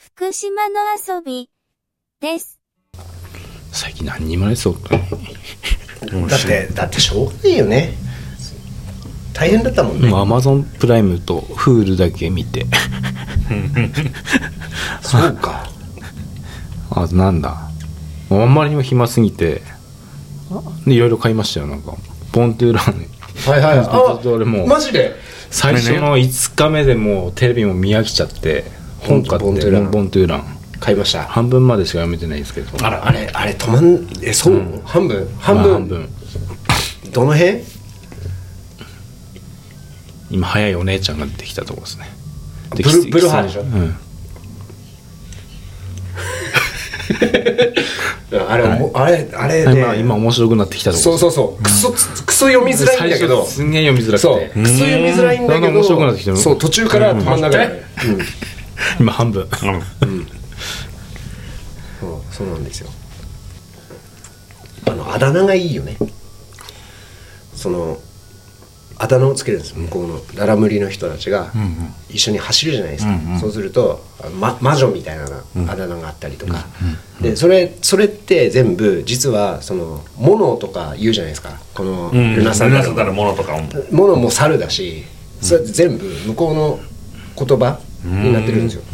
福島の遊びです。 最近何にもないそうか。 だってしょうがないよね。大変だったもんね。 もう Amazon プライムと Hulu だけ見てそうか。 あとなんだ、あんまりにも暇すぎていろいろ買いましたよ。なんかボントゥーラン、 はいはいはい。 俺もうマジで最初の5日目でもうテレビも見飽きちゃって本買ってボントゥーラン買いました。 半分までしか読めてないですけど。 あれ止まんそう、半分どの辺？ 今早いお姉ちゃんが出てきたとこですね。 ブルハーでしょ。あれで今面白くなってきたとこ。 そうクソ読みづらいんだけど、 すんげえ読みづらくて、 そうクソ読みづらいんだけど面白くなってきてる。 そう途中から止まんなくなる。 今半分。 そうなんですよ。あだ名がいいよね。そのあだ名をつけるんです。向こうのララムリの人たちが一緒に走るじゃないですか。そうすると魔女みたいなあだ名があったりとかで、それって全部実はそのモノとか言うじゃないですか。このルナサンダルモノとかモノも猿だし、それ全部向こうの言葉になってるんですよ。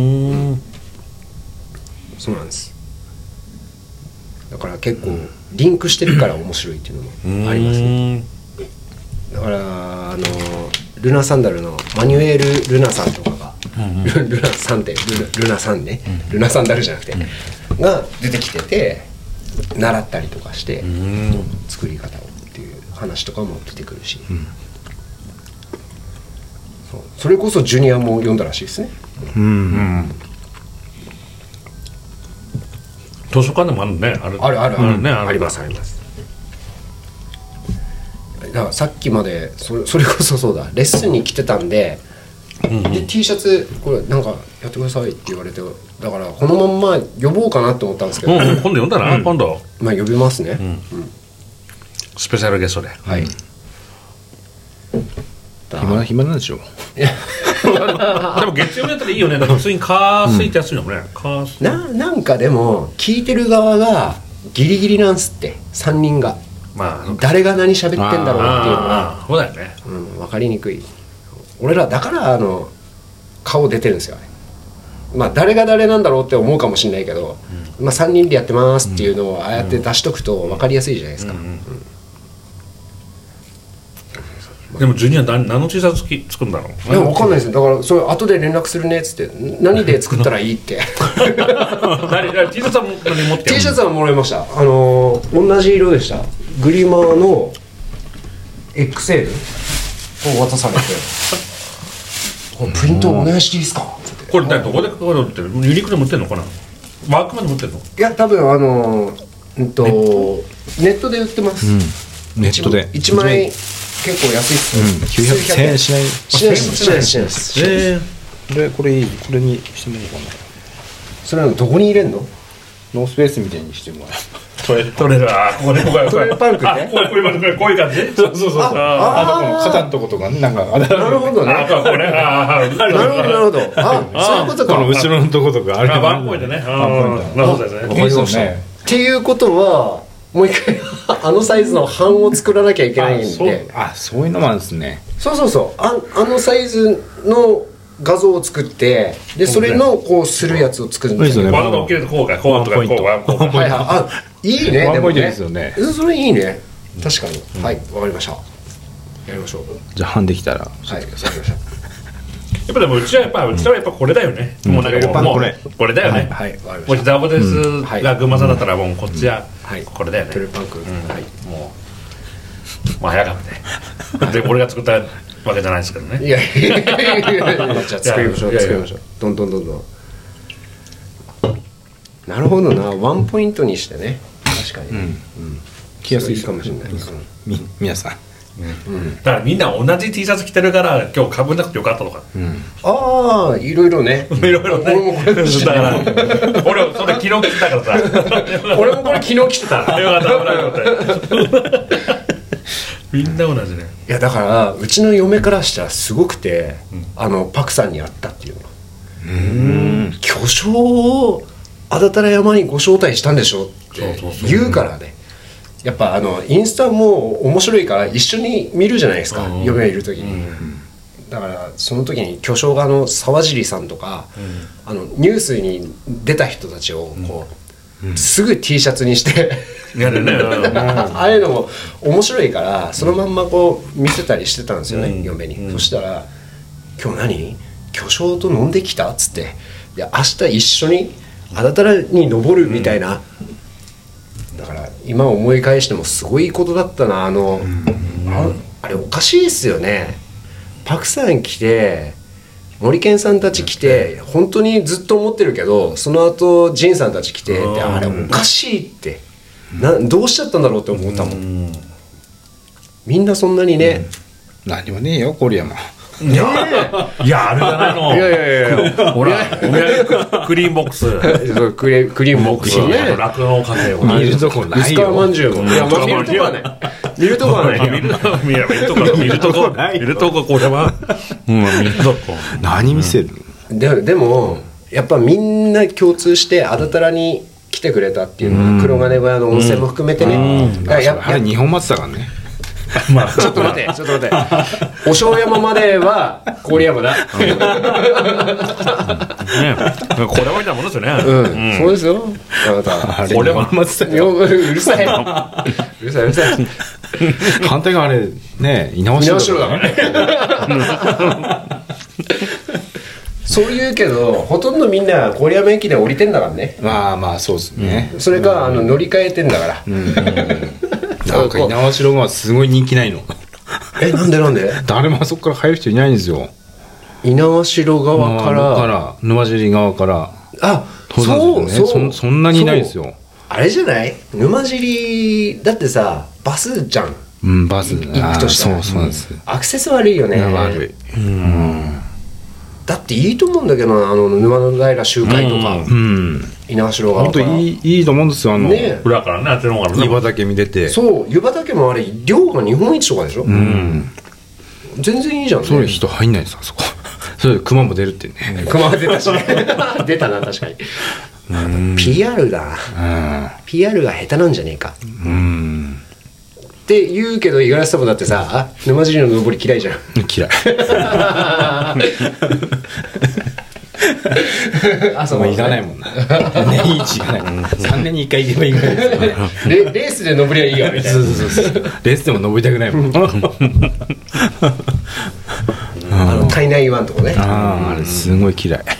そうなんです。だから結構リンクしてるから面白いっていうのもありますね。だからルナサンダルのマニュエル・ルナさんとかが、ルナさんってルナさんね、ルナサンダルじゃなくて、が出てきてて習ったりとかして作り方をっていう話とかも出てくるし、それこそジュニアも読んだらしいですね。 図書館でもあるね。 あります。だからさっきまでそれこそそうだ、レッスンに来てたんで、で T シャツこれなんかやってくださいって言われて、だからこのまんま呼ぼうかなって思ったんですけど、 今度呼んだな、今度まあ呼びますね。 スペシャルゲストで。 はい。 暇なんでしょ。 でも月曜日だったらいいよね。だから普通に火水ってやつよね。 なんかでも聞いてる側がギリギリなんすって、3人が。誰が何喋ってんだろうっていうのがそうだよね、 分かりにくい。俺らだから顔出てるんですよ。まあ誰が誰なんだろうって思うかもしれないけど、3人でやってますっていうのをああやって出しとくと分かりやすいじゃないですか。 でもジュニア何の T シャツ作るんだろう。 いや分かんないですよ。だからそれ後で連絡するねっつって、何で作ったらいいって。 T シャツは持ってる。 T シャツはもらいました。同じ色でした。グリマーの XL を渡されて、これプリントお願いしていいですかって。 これどこで売ってる？ユニクロで売ってるのかな。ワークマンで売ってるの？ いや多分ネットで売ってます。 ネットで 1枚結構安いっす。 900円しないしない。 これにしてもらおうかな。 それはどこに入れんの？ ノースペースみたいにしてもらう。 取れる。これトレーパンクね。 こういう感じ。そう。 この肩のとことかね、なんかなるほどね。 なるほど。そういうことか。 この後ろのとことかあるけど。 ワンポイントね。なるほどですね。 わかりました。っていうことはもう一回サイズの版を作らなきゃいけないんで。 そういうのもあるんですね。 そう。サイズの画像を作って、でそれのこうするやつを作るんですよね。 ワンが大きいとこうか、こうとかこう。 いいね。 ワンポイントですよね。 それいいね。確かに。はい、わかりました。やりましょう。 じゃあ版できたら。 はい、やりましょう。 やっぱでもうちはやっぱこれだよね。もうなんかもうこれだよね。 はい、わかりました。 もしザボデスが群馬さんだったらもうこっちはこれだよね。 トレパンク。はい。 もう早かったね。で俺が作ったわけじゃないですけどね。 いやじゃあ作りましょう。どんどん。なるほどな。ワンポイントにしてね。確かに。 着やすいかもしれない。 皆さん。 だからみんな同じ T シャツ着てるから今日かぶんなくてよかったのか。 いろいろね。 いろいろね。俺もこれだから俺それ昨日着てたからさ。 俺もこれ昨日着てた。 よかった。みんな同じね。 いやだからうちの嫁からしたらすごくて、パクさんに会ったっていうのが、今巨匠を安達太良山にご招待したんでしょって言うからね。やっぱインスタも面白いから一緒に見るじゃないですか、嫁がいる時に、だからその時に巨匠が沢尻さんとか、ニュースに出た人たちをこう、すぐ T シャツにしてやるねああいうのも面白いからそのまんまこう見せたりしてたんですよね、嫁に。そしたら「今日何巨匠と飲んできた?」っつって「で明日一緒に安達太良に登る」みたいな、だから今思い返してもすごいことだったな。あれおかしいっすよね。パクさん来て森健さんたち来て本当にずっと思ってるけど、その後ジンさんたち来てってあれおかしいってどうしちゃったんだろうって思ったもん。みんなそんなにね、 何もねえよ郡山。 いやあれじゃないの。 いやほらお土産クリーンボックスクリームボックスね、 酪農家庭を見るとこない薄皮まよ。 んじゅうも見るとこはない見るとこはない見るとここれは見るとこ何見せるの？ でもやっぱみんな共通して安達太良に来てくれたっていうのは黒金小屋の温泉も含めてね。だからあれ日本松だからね。 まあちょっと待ってお正山までは郡山だ。 ねこれはみたいなものですよね。 そうですよあなた。 あれ日本松だよ。 うるさいうるさい反対側あれね猪苗代だからね。 そう言うけどほとんどみんな郡山駅で降りてんだからね。 まあそうですね。 それか乗り換えてんだから。 なんか猪苗代がすごい人気ないの。 なんで誰もあそこから入る人いないんですよ。 猪苗代側から沼尻側からそうそんなにいないですよ。 あれじゃない沼尻だってさバスじゃん。 バス行くとしたらそうなんです。 アクセス悪いよね。 悪い。 だっていいと思うんだけどな沼の平集会とか猪苗代側本当からいいと思うんですよ。 ね裏からねあっちの方からね湯畑見れて。 そう湯畑もあれ量が日本一とかでしょ。全然いいじゃんね。 それ人入んないですあそこ。それで熊も出るってね。 熊が出たしね出たな確かに。PR だ。PR が下手なんじゃねえかって言うけど五十嵐様だってさ沼尻の登り嫌いじゃん。 嫌い。 朝もう行かないもんな。年一行かない。3年に1回行けばいいぐらいですよね。 レースで登りゃいいやみたいな。 そうレースでも登りたくないもん。 体内岩のとこね。 あれすごい嫌い。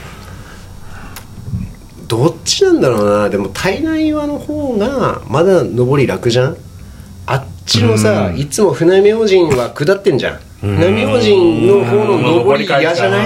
どっちなんだろうな。でも体内岩の方がまだ登り楽じゃん。あっちのさいつも船明神は下ってんじゃん。船明神の方の登り嫌じゃない？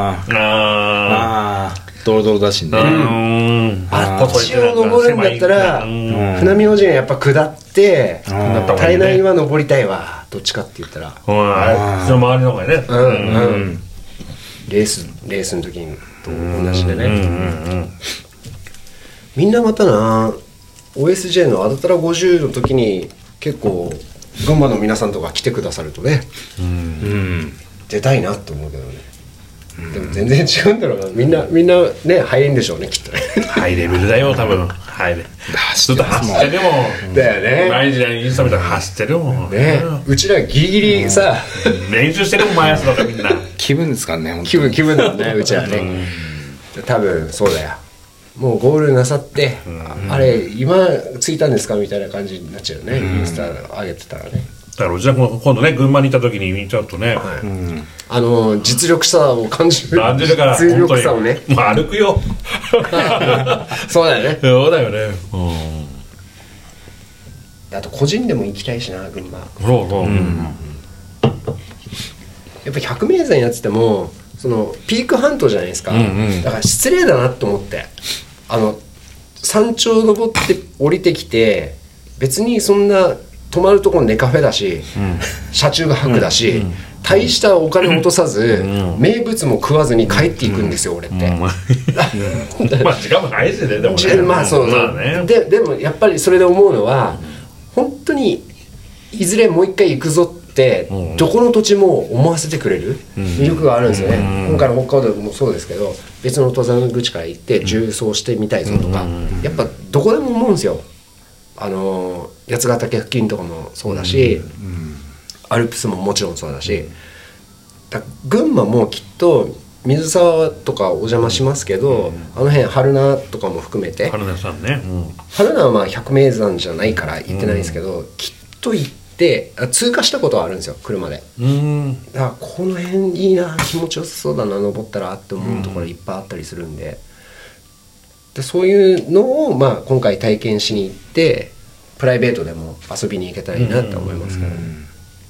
ドロドロだしね。 あっちを登るんだったら船明神はやっぱ下って体内岩登りたいわ。どっちかって言ったらその周りの方がねレースの時にと同じでね。みんなまたな OSJ の安達太良50の時に結構群馬の皆さんとか来てくださるとね出たいなと思うけどね。でも全然違うんだろうな。みんなね入れんでしょうねきっとね。 ハイレベルだよ多分。はいね。ずっと走ってるもん。 だよね。 毎日インスタ見たら走ってるもん。 ね。うちらギリギリさ練習してるもん毎朝とかみんな。 気分ですからね。 気分だもんねうちらね。多分そうだよ。もうゴールなさって、あれ今着いたんですかみたいな感じになっちゃうよね。インスタ上げてたらね。 だからうちは今度ね群馬に行った時にちょっとね、 実力差を感じるから実力差をねもう歩くよ。 そうだよね。 そうだよね。 あと個人でも行きたいしな群馬。 そうやっぱ百名山やっててもそのピーク半島じゃないですか。だから失礼だなと思って山頂登って降りてきて別にそんな泊まるとこネカフェだし、車中泊だし、大したお金落とさず、名物も食わずに帰っていくんですよ、俺って。 まあ時間もないですよねでもね。 まあそうね。でもやっぱりそれで思うのは本当にいずれもう一回行くぞってどこの土地も思わせてくれる魅力があるんですよね、今回の北海道もそうですけど、別の登山口から行って縦走してみたいぞとか、やっぱどこでも思うんですよ。八ヶ岳付近とかもそうだし、アルプスももちろんそうだし、群馬もきっと水沢とかお邪魔しますけど、あの辺春名とかも含めて、 春名さんね、 春名はまあ百名山じゃないから行ってないんですけど、きっと行って通過したことはあるんですよ、車で。だからこの辺いいな、気持ちよさそうだな、登ったらって思うところいっぱいあったりするんで、そういうのをまあ今回体験しに行ってプライベートでも遊びに行けたらいいなって思いますからね。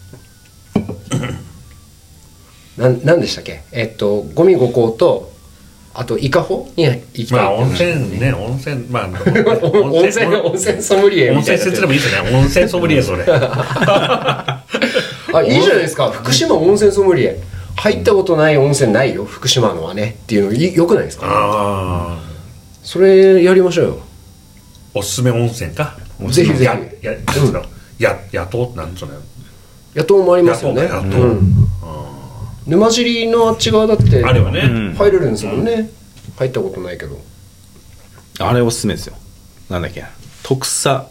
なんでしたっけ、ゴミ5個とあと伊香保に行きたい。 まあ温泉ね、温泉、まあ温泉ソムリエ温みたいな。 泉説でもいいですよね、温泉ソムリエそれ。 あ、いいじゃないですか、福島温泉ソムリエ。入ったことない温泉ないよ福島のはねっていうのよくないですか。 ああ、 それやりましょうよ。 おすすめ温泉か。 ぜひぜひ。 野党なんつうの。 野党もありますよね。 野党。 沼尻のあっち側だってあれはね、 入れるんですもんね。入ったことないけど。 あれおすすめですよ。なんだっけ、徳佐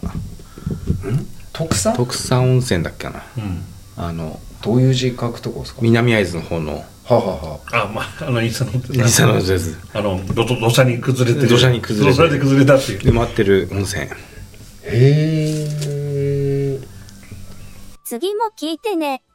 温泉だっけな、 どういう字書くとこですか。 南会津の方の。 はあ、はあ、 あ、まあ伊佐のです。 土砂に崩れて土砂で崩れたっていう埋まってる温泉。 へえ。 次も聞いてね。